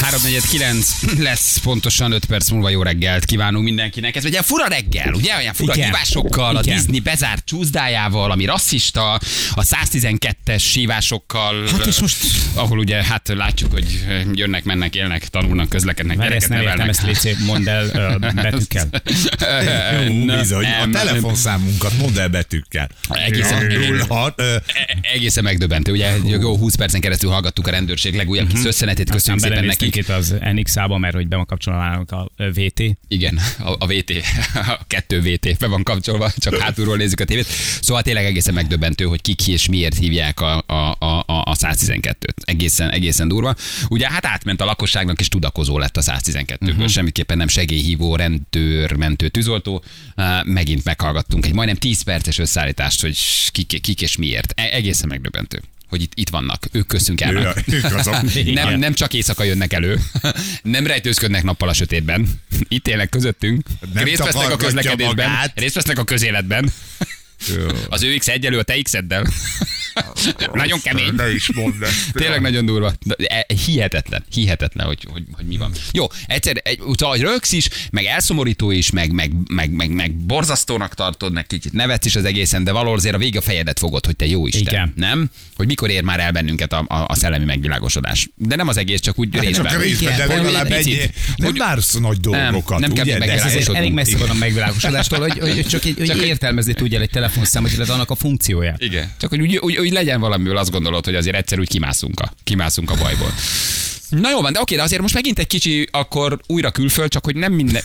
3:49 lesz, pontosan 5 perc múlva jó reggelt kívánunk mindenkinek. Ez ugye fura reggel, ugye? Olyan fura hívásokkal, a Disney bezárt csúszdájával, ami rasszista, a 112-es hívásokkal, Hát és most... ahol ugye hát látjuk, hogy jönnek, mennek, élnek, tanulnak, közlekednek, gyereket nevelnek. Ezt nem értem, ezt mondd el betűkkel. Bizony, a telefonszámunkat mondd el betűkkel. Egészen megdöbbentő. Ugye jó 20 percen keresztül hallgattuk a rendőrség legújabb kis összenetét, köszönjük szépen nekik. Itt az NX-ába, mert hogy be van kapcsolva a VT. Igen, a VT, a 2 VT be van kapcsolva, csak hátulról nézzük a tévét. Szóval tényleg egészen megdöbbentő, hogy kik és miért hívják a 112-t. Egészen durva. Ugye hát átment a lakosságnak, és tudakozó lett a 112-ből. Semmiképpen nem segélyhívó, rendőr, mentő, tűzoltó. Megint meghallgattunk egy majdnem 10 perces összeállítást, hogy kik és miért. Egészen megdöbbentő, hogy itt vannak, ők köztünk állnak. Nem csak éjszaka jönnek elő, nem rejtőzködnek nappal a sötétben, itt élnek közöttünk, részt vesznek a közlekedésben, részt vesznek a közéletben. Az ő X egyenlő a te X-eddel. Nagyon kemény. Ne is mondd ezt. Tényleg nagyon durva. Hihetetlen, hogy mi van. Jó, egyszer rögsz is, meg elszomorító is, meg borzasztónak tartod, meg kicsit nevetsz is az egészen, de valahol azért a vége a fejedet fogod, hogy te jó Isten. Igen. Nem? Hogy mikor ér már el bennünket a szellemi megvilágosodás. De nem az egész, csak úgy részben. Csak részben, de legalább nem vársz nagy dolgokat. Nem kell megvilágosodni. Elég messze van a megvilágosodástól, hogy csak értelmezni tudja egy telefonszámot, illetve annak a funkcióját. Igen. Csak hogy úgy legyen valamiből, azt gondolod, hogy azért egyszer úgy kimászunk a bajból. Na jó van, de oké, de azért most megint egy kicsi, akkor újra külföld, csak hogy nem minden...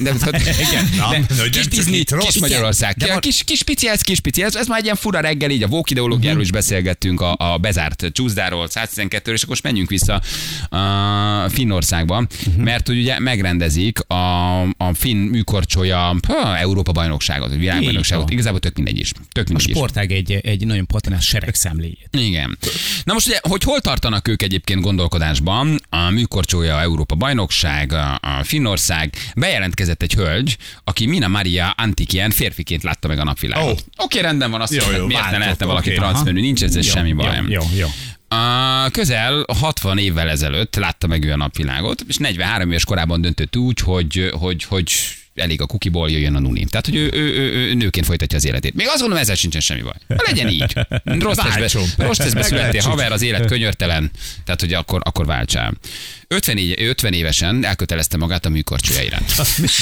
Kis Disney, kis Magyarország. Kis pici ez, ez már egy ilyen fura reggel, így a woke ideológiáról is beszélgettünk, a bezárt csúszdáról, 112-ről, és akkor most menjünk vissza Finnországba, mert hogy ugye megrendezik a finn műkorcsolya Európa-bajnokságot, vagy világbajnokságot, igazából tök mindegy is. A sportág egy nagyon patinás seregszemléjét. Igen. Na most ugye, hogy hol tartanak ők egyébként gondolkodásban, a műkorcsolya Európa-bajnokság, a Finnország, bejelentkezett egy hölgy, aki Minna Maria Antikian férfiként látta meg a napvilágot. Oké, rendben van, azt mondja, miért ne lehetne valaki transzmenű, nincs ezzel semmi bajom. Jó. Közel 60 évvel ezelőtt látta meg ő a napvilágot, és 43 éves korában döntött úgy, hogy elég a kukiból, jöjjön a nuni. Tehát, hogy ő nőként folytatja az életét. Még azt gondolom, ezzel sincsen semmi baj. Legyen így. Rossz teszbe születtél, haver, az élet könyörtelen, tehát, hogy akkor váltsál. 50 évesen elkötelezte magát a műkorcsolya iránt.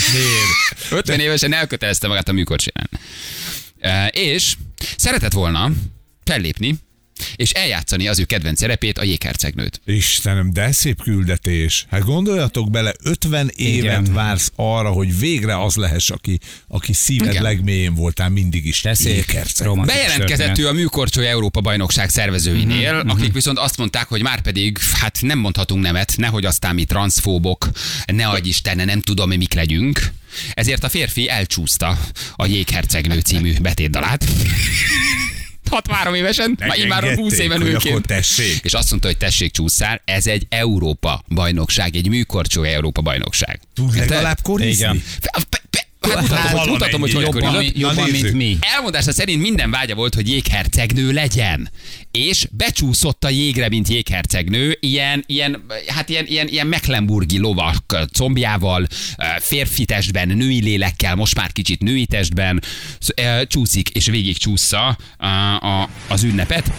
50 évesen elkötelezte magát a műkorcsolya iránt. És szeretett volna fellépni, és eljátszani az ő kedvenc szerepét, a jéghercegnőt. Istenem, de szép küldetés. Hát gondoljatok bele, 50 évet vársz arra, hogy végre az lehess, aki szíved legmélyén voltál mindig is. Jéghercegnő. Bejelentkezett ő a műkorcsolya Európa-bajnokság szervezőinél, akik viszont azt mondták, hogy már pedig hát nem mondhatunk nemet, nehogy aztán mi transzfóbok, ne adj Isten, nem tudom, mik legyünk. Ezért a férfi elcsúszta a Jéghercegnő című betétdalát. 63 évesen, már 20 éven nőként. És azt mondta, hogy tessék, csúszál, ez egy Európa-bajnokság, egy műkorcsolya Európa-bajnokság. Tud legalább korizni? Mutatom, hogy korizott. Jobban, mint mi. Elmondása szerint minden vágya volt, hogy jéghercegnő legyen. És becsúszott a jégre, mint jéghercegnő, ilyen mecklenburgi lovak combjával, férfi testben, női lélekkel, most már kicsit női testben, csúszik és végig csúszza az ünnepet.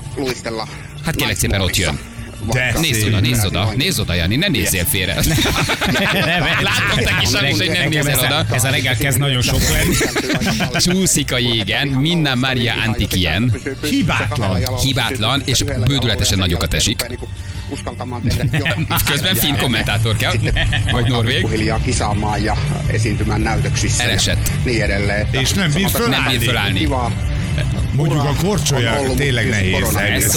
Hát kérlek szépen, ott jön. Nézz oda, Jani, ne nézzél félre. Látom te is, hogy nem nézel oda. Ez a reggel kezd nagyon sok lenni. Csúszik a jégen, Minna Maria Antikian. Hibátlan, és bődületesen nagyokat esik. Közben finn kommentátor kell, vagy norvég. Elesett. És nem bír fölállni. Mondjuk a korcsolya tényleg nehéz.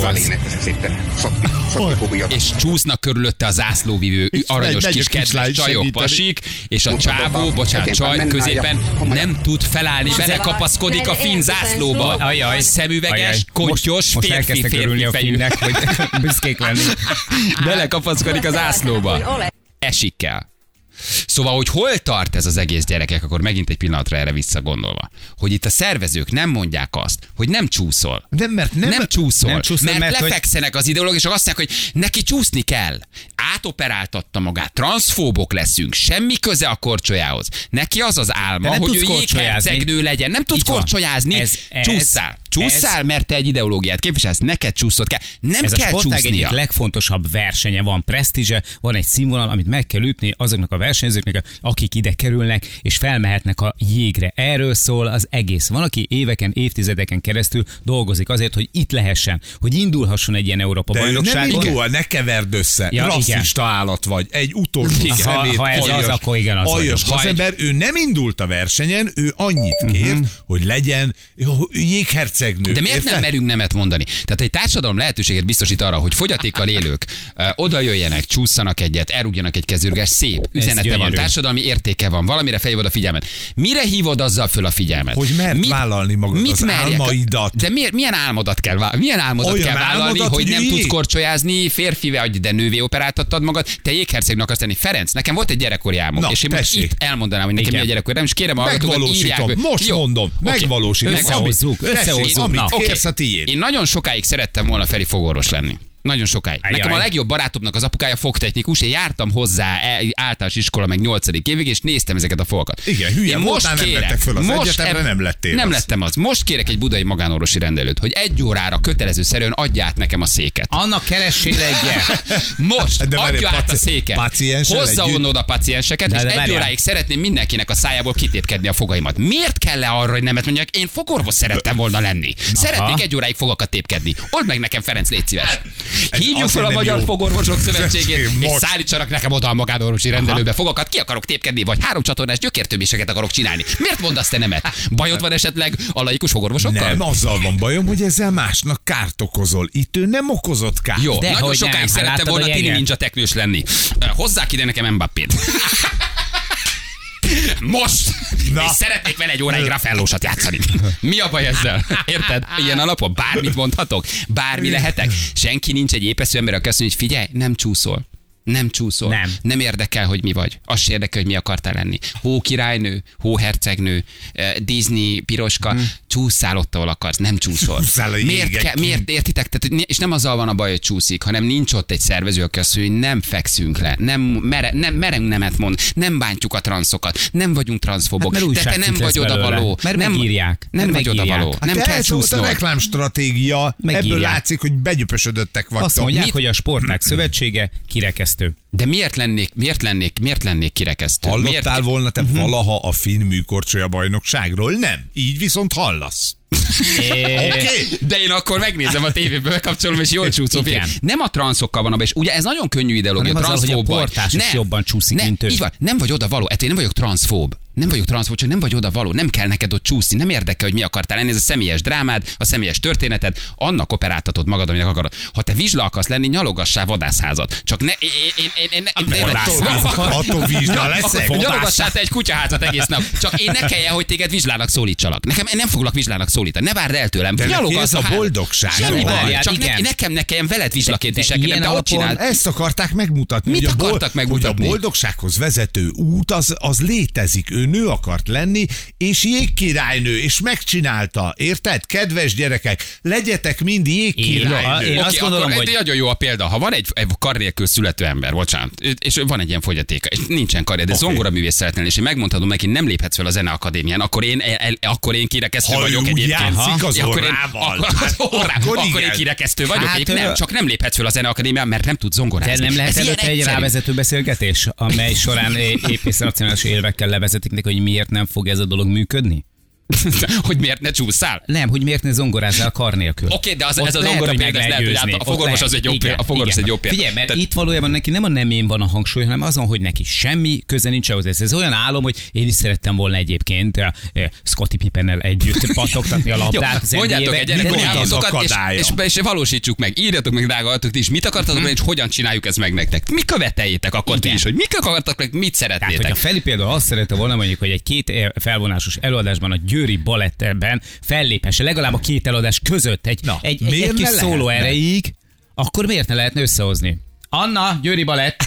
És csúsznak körülötte a zászlóvivő aranyos kis kedves csajok, pasik, és a csávó, csaj középen nem tud felállni, belekapaszkodik a finn zászlóba. Szemüveges, kontyos, férfi fejű. Hogy büszkék lenni. Belekapaszkodik a zászlóba. Esik kell. Szóval, hogy hol tart ez az egész, gyerekek, akkor megint egy pillanatra erre visszagondolva, hogy itt a szervezők nem mondják azt, hogy nem csúszol. Nem csúszol, mert lefekszenek az ideológusok, azt mondják, hogy neki csúszni kell. átoperáltatta magát, transzfóbok leszünk, semmi köze a korcsolyához. Neki az az álma, hogy ő jéghercegnő legyen. Nem tudsz korcsolyázni, csúszszál, mert te egy ideológiát képviselsz, neked csúszott kell. Nem ez kell a sportág csúsznia. egyik legfontosabb versenye, van presztízse, van egy színvonal, amit meg kell ütni azoknak a versenyzőknek, akik ide kerülnek, és felmehetnek a jégre. Erről szól az egész. Van, aki éveken, évtizedeken keresztül dolgozik azért, hogy itt lehessen, hogy indulhasson egy ilyen Európa-bajnokságon. Nem indul, ne keverd össze. Ja, rasszista állat vagy. Egy utolsó szemét. Ha ez az, akkor igen, az aljas gazember, ő nem indult a versenyen, ő annyit kér, hogy legyen jéghercegnő. De miért nem merünk nemet mondani? Tehát egy társadalom lehetőséget biztosít arra, hogy fogyatékkal élők oda jöjjenek, csúszanak egyet, elrúgjanak egy kezürgés, szép üzenete van, társadalmi értéke van, valamire felhívod a figyelmet. Mire hívod azzal föl a figyelmet? Hogy mert vállalni magad az álmaidat. De milyen álmodat kell vállalni, hogy nem tudsz korcsolyázni, férfi vagy, de nővé operáltattad magad, te jéghercegnek akarsz lenni. Ferenc, nekem volt egy gyerekkori álmom, és én most itt elmondanám, hogy nekem mi a gyerekkori álmom, és kérem a hallgatókat, írják. Most mondom, megvalósítom. Összehozzuk. Én nagyon sokáig szerettem volna Feri fogorvos lenni. Nagyon sokáig. Nekem a legjobb barátomnak az apukája fogtechnikus, én jártam hozzá általános iskola meg 8. évig, és néztem ezeket a fogakat. Igen, hülye voltál, nem vettek föl az egyetemre, nem lettél. Nem lettem az. Most kérek egy budai magánorvosi rendelőt, hogy 1 órára kötelezőszerűen adja át nekem a széket. Annak keressél egyet. Most adja át a széket. Hozza onnan a pacienseket, és 1 óráig szeretném mindenkinek a szájából kitépkedni a fogaimat. Miért kell le arra, hogy nemet mondjak? Én fogorvos szerettem volna lenni. Szeretnék 1 óráig fogakat tépkedni. Old meg nekem, Ferenc, légy szíves. Hívjuk fel a Magyar Fogorvosok Szövetségét, és szállítsanak nekem oda a magánorvosi rendelőbe fogakat, ki akarok tépkedni, vagy 3 csatornás gyökértöméseket akarok csinálni. Miért mondasz te nemet? Bajod van esetleg a laikus fogorvosokkal? Nem, azzal van bajom, hogy ezzel másnak kárt okozol. Itt ő nem okozott kárt. Jó, de nagyon sokáig szerettem volna Tini Ninja teknős lenni. Hozzák ide nekem Mbappét. Most! És szeretnék vele 1 óráig Raffaellósat játszani. Mi a baj ezzel? Érted? Ilyen alapon bármit mondhatok, bármi lehetek. Senki nincs egy épesző ember, aki azt mondja, hogy figyelj, nem csúszol. Nem csúszol. Nem érdekel, hogy mi vagy. Azt se érdekel, hogy mi akartál lenni. Hókirálynő, hóhercegnő, Disney, piroska, csúszál ott, ahol akarsz, nem csúszol. Miért értitek? Tehát, és nem azzal van a baj, hogy csúszik, hanem nincs ott egy szervező, aki azt mondja, hogy nem fekszünk le, nem merünk nemet mond, nem bántjuk a transzokat, nem vagyunk transzfobok, de te nem vagy odavaló. Mert megírják. Nem vagy odavaló. Nem kell csúsznod. A reklámstratégia, ebből látszik, hogy begyöpösödöttek vagytok. Azt mondják, hogy a Sportág Szövetsége kirekesztő. De miért lennék kirekesztő? Hallottál volna te valaha a finn műkorcsolya bajnokságról? Nem. Így viszont hallasz. Okay. De én akkor megnézem a tévéből, bekapcsolom, és jól csúszom. Nem a transzokkal van, és ugye ez nagyon könnyű ideológia. A portás is jobban csúszik, mint ő. Így van, nem vagy odavaló, nem vagyok transzfób. Nem vagyok transzfób, csak nem vagy odavaló, nem kell neked ott csúszni, nem érdekel, hogy mi akartál lenni, ez a személyes drámád, a személyes történeted, annak operáltatod magad, aminek akarod. Ha te vizsla akarsz lenni, nyalogassál vadászházat. Csak ne... Attól vizsla leszek. Nyalogassál te egy kutyaházat egész nap. Csak én ne kelljen, hogy téged vizslának szólítsalak. Nekem nem foglak vizslának szólítani. Ne várd el tőlem. De ez a boldogság. Csak nekem ne kelljen veled vizslaként viselkednem, de ott csináld. Ezt akarták megmutatni. Mit akartak megmutatni? Hogy a boldogsághoz vezető út az létezik. Ő nő akart lenni, és jégkirálynő, és megcsinálta. Érted? Kedves gyerekek, legyetek mind jégkirálynő. Én azt gondolom, hogy nagyon jó a példa. Ha van egy kar nélkül születő ember, bocsánat, és van egy ilyen fogyatéka, és nincsen karja, de zongoraművész szeretnél, és én megmondhatom neki, nem léphetsz fel a Zeneakadémián, akkor én kirekesztő vagyok egyébként. Akkor én kirekesztő vagyok. Nem, csak nem léphetsz fel a Zeneakadémián, mert nem tudsz zongorázni. De nem lehet előtte egy rávezető beszélgetés, amely során épész racionális élvekkel levezetik neki, hogy miért nem fog ez a dolog működni? Hogy miért ne csúszál? Nem, hogy miért ne zongorázzál kar nélkül. Oké, de ez az zongora példa, lehet, hogy a fogorvos az egy jó példa. Figyelj, mert itt valójában neki nem a nemén van a hangsúly, hanem azon, hogy neki semmi köze nincs ahhoz. Ez olyan álom, hogy én is szerettem volna egyébként Scottie Pippennel együtt pattogtatni a labdát. Mondjátok egy gyerekkori álmotokat, és valósítsuk meg. Írjatok meg, drága hallgatók, ti is mit akartatok, és hogyan csináljuk ezt meg nektek. Mi követeljétek akkor ti is, hogy mik akartak meg, mit szeretnétek. Tehát, hogyha Feli például azt szerette volna, mondjuk, hogy egy 2 felvonásos előadásban a Győri Balettben felléphesse legalább a 2 előadás között egy kis szóló erejéig, akkor miért ne lehetne összehozni? Anna, Győri Balett.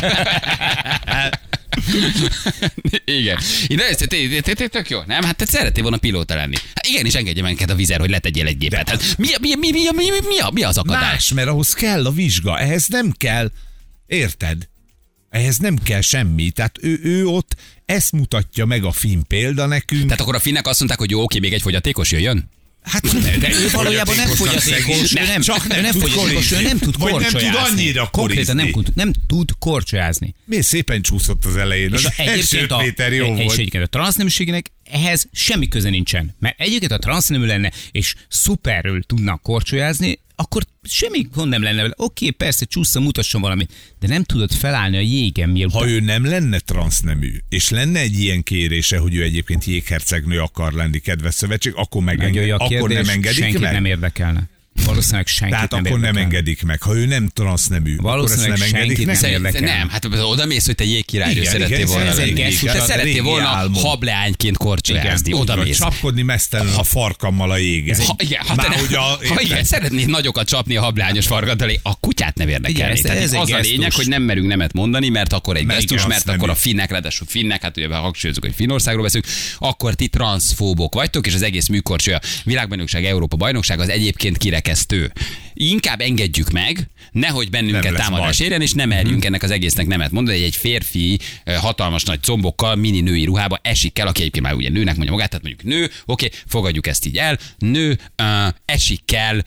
Igen. Tök jó, nem? Hát te szeretnél volna pilóta lenni. Hát igenis, engedje meg neked a vizer, hogy letegyél egy gépet. Hát mi az akadály? Más, mert ahhoz kell a vizsga, ehhez nem kell. Érted? Ehhez nem kell semmi. Tehát ő ott ezt mutatja meg a finn példa nekünk. Tehát akkor a finnek azt mondták, hogy jó, oké, még egy fogyatékos jöjjön? Hát De ő valójában nem fogyatékos, ő nem fogyatékos, ő nem tud korcsolyázni. Nem tud annyira korizni. Nem tud korcsolyázni. Miért szépen csúszott az elején? És Az első Péter jó volt. Egyébként a transzneműségének ehhez semmi köze nincsen. Mert egyébként a transznemű lenne, és szuperről tudnak korcsolyázni, akkor semmi gond nem lenne vele. Oké, persze, csúszza, mutasson valamit, de nem tudod felállni a jégen, mielőtt. Ha ő nem lenne transznemű, és lenne egy ilyen kérése, hogy ő egyébként jéghercegnő akar lenni, kedves szövetség, akkor akkor nem engedik senkit meg? nem érdekelne. Valószínűleg senkit Tehát nem akkor nem érdekelne. engedik meg. Ha ő nem transznemű, akkor ezt nem engedik senkit meg? nem érdekel. Nem, hát oda mész, hogy te jégkirálynő Igen, szerettél igen, volna ez egy lenni. gesztus, Te a szerettél régi volna álmom. hableányként korcsolyázni. Oda Vagy mész. csapkodni mesztelenül a farkammal a jégen. Ha igen, szeretnéd nagyokat csapni a hableányos farkaddal, a kutyát nem érdekelni. Igen, Tehát ez egy az a gesztus. lényeg, hogy nem merünk nemet mondani, mert akkor egy Mert gesztus, igen, mert azt akkor nem a finnek, ráadásul finnek, hát ugye hangsúlyozunk, hogy Finnországról beszélünk, akkor ti transzfóbok vagytok, és az egész műkorcsolya világbajnokság, Európa bajnokság az egyébként kirekesztő. Inkább engedjük meg, nehogy bennünket támadás érjen, és nem merjünk ennek az egésznek nemet mondani, hogy egy férfi hatalmas nagy combokkal, mini női ruhába esik el, aki egyébként már ugye nőnek mondja magát, tehát mondjuk nő, oké, fogadjuk ezt így el, nő esik el,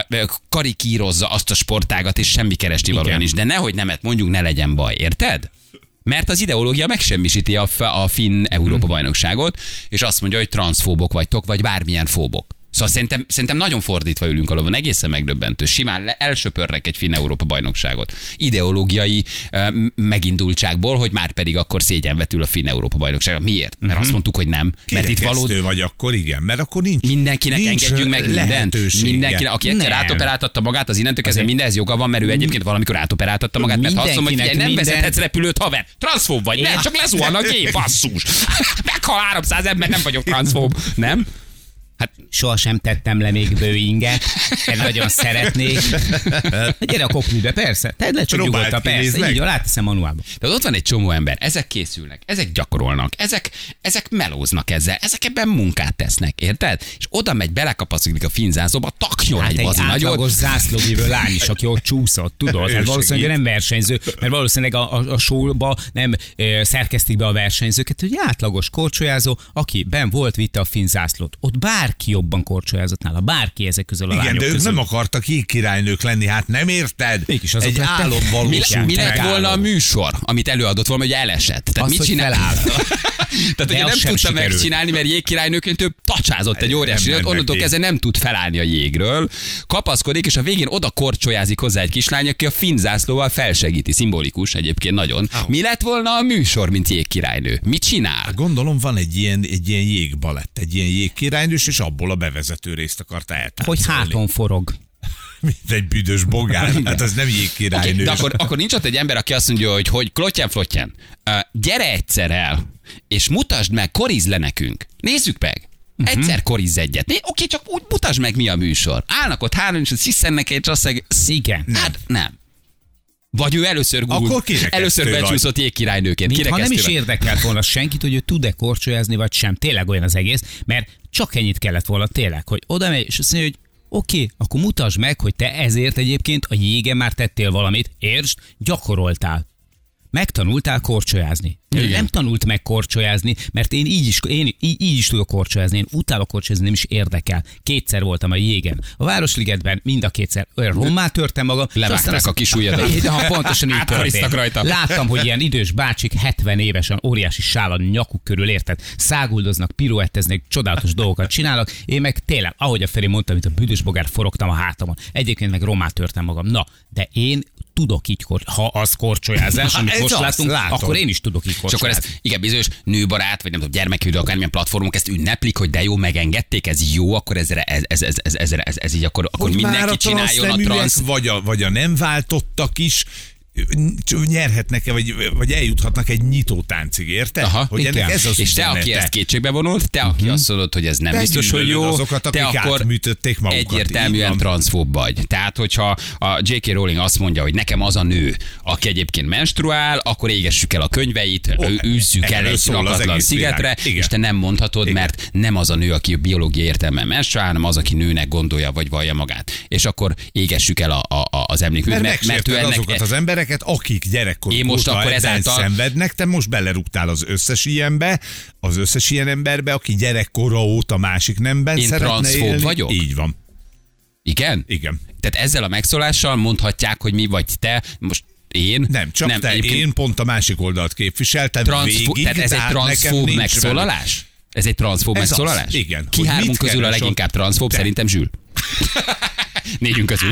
karikírozza azt a sportágat, és semmi keresni valójában is, de nehogy nemet mondjuk, ne legyen baj, érted? Mert az ideológia megsemmisíti a finn Európa bajnokságot, és azt mondja, hogy transzfóbok vagytok, vagy bármilyen fóbok. Szóval szerintem nagyon fordítva ülünk a lovon, egészen megdöbbentő. Simán elsöpörnek egy finn Európa bajnokságot. Ideológiai megindultságból, hogy már pedig akkor szégyenvetül a finn Európa bajnokságot. Miért? Mert azt mondtuk, hogy nem. Mert itt Kirekesztő vagy akkor igen, mert akkor mindenkinek engedjünk meg mindent. Mindenkinek, aki egyszer Nem. átoperáltatta magát, az innentől kezdve mindenhez joga van, mert ő egyébként valamikor átoperáltatta magát, mert azt mondom, hogy figyelj, nem vezethetsz repülőt, haver. Transzfób vagy, nem, csak lezuhannak ki, basszus. Meghal 300 ember, nem vagyok transzfób, nem? Hát sohasem tettem le még Boeinget, de nagyon szeretnék. Gyere a kokpitbe, persze. Tedd le csak Próbáld nyugodtan, ki, persze. nézd meg. Így van, átteszem manuálba. De ott van egy csomó ember, ezek készülnek, ezek gyakorolnak, ezek melóznak ezzel, ezek ebben munkát tesznek, érted? És oda megy, belekapaszkodik a finzászóba, taknyol Hát egy egy bazi nagyot. átlagos zászlóvívő lány is, aki ott csúszott, tudod? Hát valószínűleg nem versenyző, mert valószínűleg a showba nem szerkesztik be a versenyzőket, hogy átlagos korcsolyázó, aki ben volt, vitte a finn zászlót. Ott bárki jobban korcsolyázott nála, bárki ezek közül a Igen, lányok de ők közül. nem akartak jégkirálynők lenni, hát nem érted? Mégis azok egy lettek. álom valóság. Mi lett volna a műsor, amit előadott volna, hogy elesett? Tehát Azt, mit hogy csinál? feláll. Tehát ugye az nem sem tudta sikerült. megcsinálni, mert jégkirálynőként ő tacsázott egy óriási Nem nagyot, mennek onnantól ki. kezdve nem tud felállni a jégről, kapaszkodik, és a végén oda korcsolyázik hozzá egy kislány, aki a finn zászlóval felsegíti. Szimbolikus egyébként nagyon. Mi lett volna a műsor, mint jégkirálynő? Mit csinál? Gondolom van egy ilyen jégbalett, egy ilyen jégkirálynős, és abból a bevezető részt akarta Hogy eltáncolni. háton forog. Mint egy büdös bogár, hát az nem jégkirálynő. De akkor nincs ott egy ember, aki azt mondja, hogy klottyán, gyere egyszer el, és mutasd meg, korizd le nekünk. Nézzük meg. Egyszer korizz egyet. Oké, csak úgy mutasd meg, mi a műsor. Állnak ott három, és sziszennek egy csasszeg. Igen. Hát nem. Vagy ő először kirekesztő becsúszott jégkirálynőként. Mintha nem is Kirekesztő vagy. érdekelt volna senkit, hogy ő tud-e korcsolyázni, vagy sem. Tényleg olyan az egész, mert csak ennyit kellett volna tényleg, hogy oda megy, és azt mondja, hogy oké, akkor mutasd meg, hogy te ezért egyébként a jégen már tettél valamit, értsd, gyakoroltál. Megtanultál korcsolyázni. Igen. Nem tanult meg korcsolyázni, mert én így is tudok korcsolyázni. Én utálok korcsolyázni, nem is érdekel. Kétszer voltam a jégen. A Városligetben mind a kétszer olyan rommá törtem magam. Levágták a kis ujjadat. Pontosan így Átkoriztak történt. rajta. Láttam, hogy ilyen idős bácsik 70 évesen óriási sállal nyakuk körül, érted? Száguldoznak, piruetteznek, csodálatos dolgokat csinálnak. Én meg tényleg, ahogy a Feri mondta, mint a büdös bogár, forogtam a hátamon. Egyébként meg rommá törtem magam. Na, de én tudok így ha az korcsolyázás, amit ez most az, látunk, látod. akkor én is tudok így És akkor korcsolyázni. ezt, igen, bizonyos nőbarát, vagy nem tudom, gyermekvédő, akármilyen platformok ezt ünneplik, hogy de jó, megengedték, ez jó, akkor ez így akkor Hogy már mindenki a csináljon a transzneműek, transz. vagy a nem váltottak is nyerhetnek-e, vagy eljuthatnak egy nyitó táncig, érted? Aha, hogy igen. ennek ez az és te, aki üzenete. ezt kétségbe vonult, te, aki azt mondod, hogy ez nem biztos, hogy jó, azokat, akik te akkor átműtötték magukat. Így egyértelműen van. transzfób vagy. Tehát, hogyha a J.K. Rowling azt mondja, hogy nekem az a nő, aki egyébként menstruál, akkor égessük el a könyveit, üzzük el erről egy szól az lakatlan egész szigetre, világ. Igen. és te nem mondhatod, mert nem az a nő, aki a biológiai értelemben menstruál, hanem az, aki nőnek gondolja, vagy vallja magát. És akkor égessük el az emlékművet. Mert megsérted azokat az embereket, embereket, akik gyerekkoruk Én most óta akkor ebben ezáltal- szenvednek, te most belerúgtál az összes ilyen emberbe, aki gyerekkora óta másik nemben Én szeretne transzfób élni. vagyok? Így van. Igen? Igen. Tehát ezzel a megszólással mondhatják, hogy mi vagy te, most én. Nem, csak te, egyébként én pont a másik oldalt képviseltem végig. Tehát ez egy nekem transzfób nincs megszólalás? Ez egy transzfób Ez megszólalás? az, igen. Ki Hogy hármunk mit közül a keres leginkább ott? transzfób? Te. Szerintem Zsül. Négyünk közül.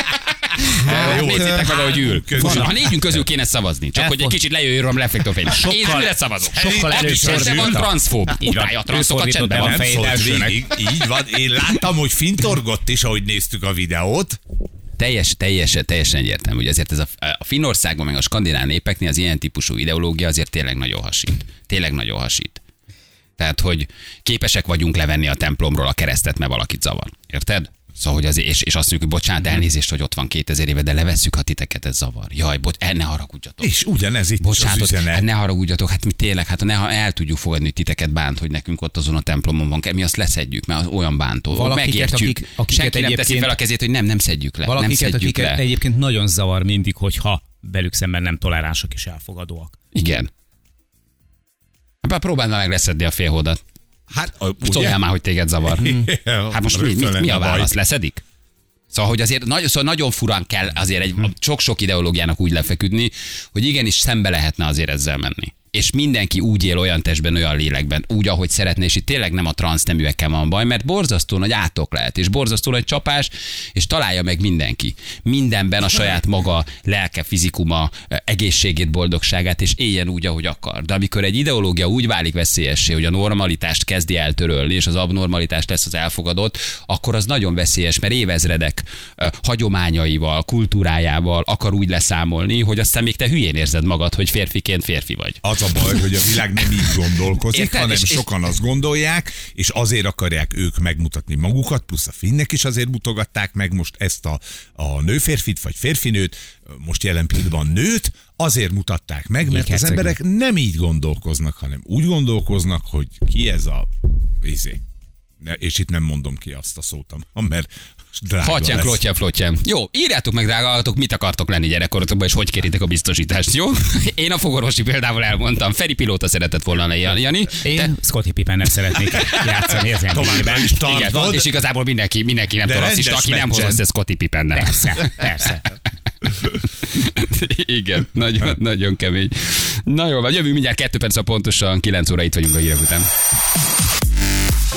jó, Nézzétek meg, ahogy ül. közül. Ha négyünk közül kéne szavazni, csak hogy egy kicsit lejöjjön a reflektorfény. Én Zsülre szavazom. sokkal Aki először csendben van Zsül. transzfób. Így van. Utálja a Ő transzokat, fordított csendben be a van. Nem fejét szólt elsőnek. végig, így van. Én láttam, hogy fintorgott is, ahogy néztük a videót. Teljesen egyértelmű, hogy ezért ez a Finnországban, meg a skandináv népeknél az ilyen típusú ideológia azért tényleg nagyon hasít. Tényleg nagyon hasít. Tehát, hogy képesek vagyunk levenni a templomról a keresztet, mert valakit zavar. Érted? Szóval, hogy azért, és azt mondjuk, hogy bocsánat, elnézést, hogy ott van 2000 éve, de levesszük, ha titeket ez zavar. Jaj, ne haragudjatok. És ugyanez itt Bocsánat, az üzenet. hát ne haragudjatok, hát mi tényleg, hát ha el tudjuk fogadni, hogy titeket bánt, hogy nekünk ott azon a templomon van, mi azt leszedjük, mert az olyan bántó. Valakiket, Megértjük. akiket Senki nem teszi egyébként- fel a kezét, hogy nem szedjük le. Nem Valakiket, szedjük akiket le. egyébként nagyon zavar mindig, hogyha velük szemben nem toleránsak és elfogadóak. Igen. Hát próbáld meg leszedni a félhódat. Hát, Szóljál már, hogy téged zavar. Hát most mi a válasz? Leszedik? Szóval, hogy azért nagyon furán kell azért egy sok-sok ideológiának úgy lefeküdni, hogy igenis szembe lehetne azért ezzel menni. És mindenki úgy él olyan testben, olyan lélekben, úgy, ahogy szeretne, és itt tényleg nem a transzneműekkel van baj, mert borzasztó nagy átok lehet, és borzasztó nagy csapás, és találja meg mindenki. Mindenben a saját maga lelke, fizikuma, egészségét, boldogságát, és éljen úgy, ahogy akar. De amikor egy ideológia úgy válik veszélyessé, hogy a normalitást kezdi eltörölni, és az abnormalitást lesz az elfogadott, akkor az nagyon veszélyes, mert évezredek hagyományaival, kultúrájával akar úgy leszámolni, hogy aztán még te hülyén érzed magad, hogy férfiként férfi vagy. Az a baj, hogy a világ nem így gondolkozik, Érted? hanem És- sokan azt gondolják, és azért akarják ők megmutatni magukat, plusz a finnek is azért mutogatták meg most ezt a nőférfit, vagy férfinőt, most jelen pillanatban nőt, azért mutatták meg, mert az hercegnő. emberek nem így gondolkoznak, hanem úgy gondolkoznak, hogy ki ez a... És itt nem mondom ki azt a szót, mert drága Hatyan, lesz. klotyan, flotyan. Jó, írjátok meg, drága hallgatók, mit akartok lenni gyerekkorotokban, és hogy kéritek a biztosítást, jó? Én a fogorvosi példával elmondtam. Feri pilóta szeretett volna lenni, Jani. Én Scottie Pippennel szeretnék játszani az Továbbra NBA-ben. is Igen, tartod. és igazából mindenki nem De rasszista, rendes aki nem meccsen. hozott ezt Scottie Pippennel. Persze. Igen, nagyon kemény. Na jó, jövünk mindjárt 2 perc, pontosan 9 óra itt vagyunk a hírek után.